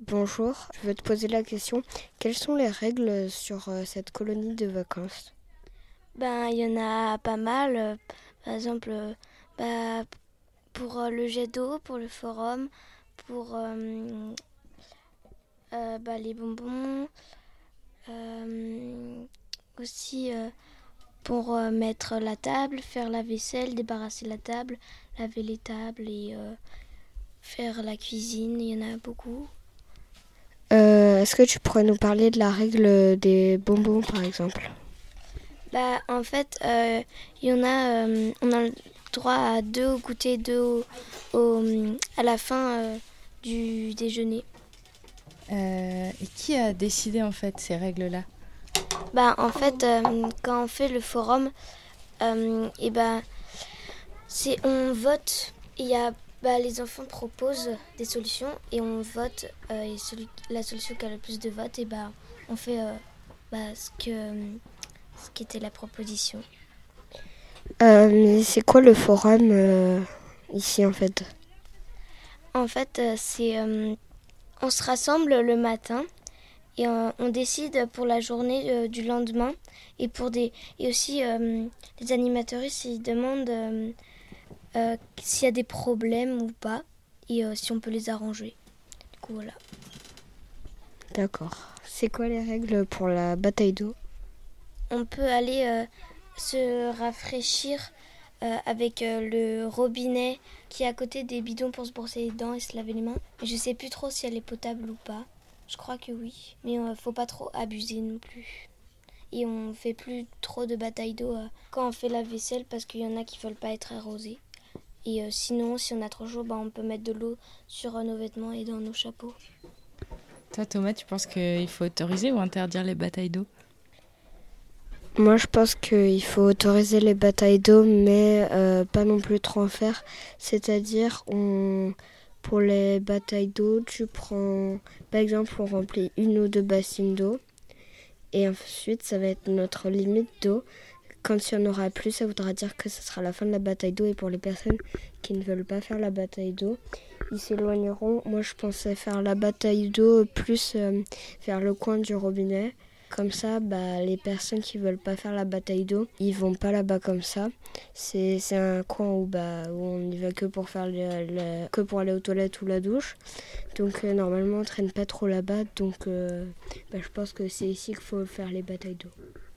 Bonjour, je veux te poser la question. Quelles sont les règles sur cette colonie de vacances? Il y en a pas mal. Par exemple, bah, pour le jet d'eau, pour le forum, pour les bonbons, euh, aussi pour mettre la table, faire la vaisselle, débarrasser la table, laver les tables et faire la cuisine. Il y en a beaucoup. Est-ce que tu pourrais nous parler de la règle des bonbons, par exemple? En fait, il y en a, on a le droit à 2 goûters, à la fin du déjeuner. Et qui a décidé en fait ces règles-là? En fait, quand on fait le forum, on vote. Il y a, les enfants proposent des solutions et on vote. Et la solution qui a le plus de votes, on fait ce qui était la proposition. Mais c'est quoi le forum ici en fait? En fait, on se rassemble le matin et on décide pour la journée du lendemain et aussi les animateuristes ils demandent s'il y a des problèmes ou pas et si on peut les arranger. Du coup voilà. D'accord. C'est quoi les règles pour la bataille d'eau? On peut aller se rafraîchir avec le robinet qui est à côté des bidons pour se brosser les dents et se laver les mains. Mais je sais plus trop si elle est potable ou pas. Je crois que oui. Mais faut pas trop abuser non plus. Et on fait plus trop de bataille d'eau quand on fait la vaisselle parce qu'il y en a qui veulent pas être arrosés. Et sinon, si on a trop chaud, on peut mettre de l'eau sur nos vêtements et dans nos chapeaux. Toi Thomas, tu penses qu'il faut autoriser ou interdire les batailles d'eau? Moi, je pense qu'il faut autoriser les batailles d'eau, mais pas non plus trop en faire. C'est-à-dire, pour les batailles d'eau, tu prends, par exemple, on remplit 1 ou 2 bassines d'eau. Et ensuite, ça va être notre limite d'eau. Quand il y en aura plus, ça voudra dire que ce sera la fin de la bataille d'eau. Et pour les personnes qui ne veulent pas faire la bataille d'eau, ils s'éloigneront. Moi, je pensais faire la bataille d'eau plus vers le coin du robinet. Comme ça, les personnes qui veulent pas faire la bataille d'eau, ils vont pas là-bas comme ça. C'est un coin où on n'y va que pour faire que pour aller aux toilettes ou la douche. Donc normalement, on traîne pas trop là-bas. Donc je pense que c'est ici qu'il faut faire les batailles d'eau.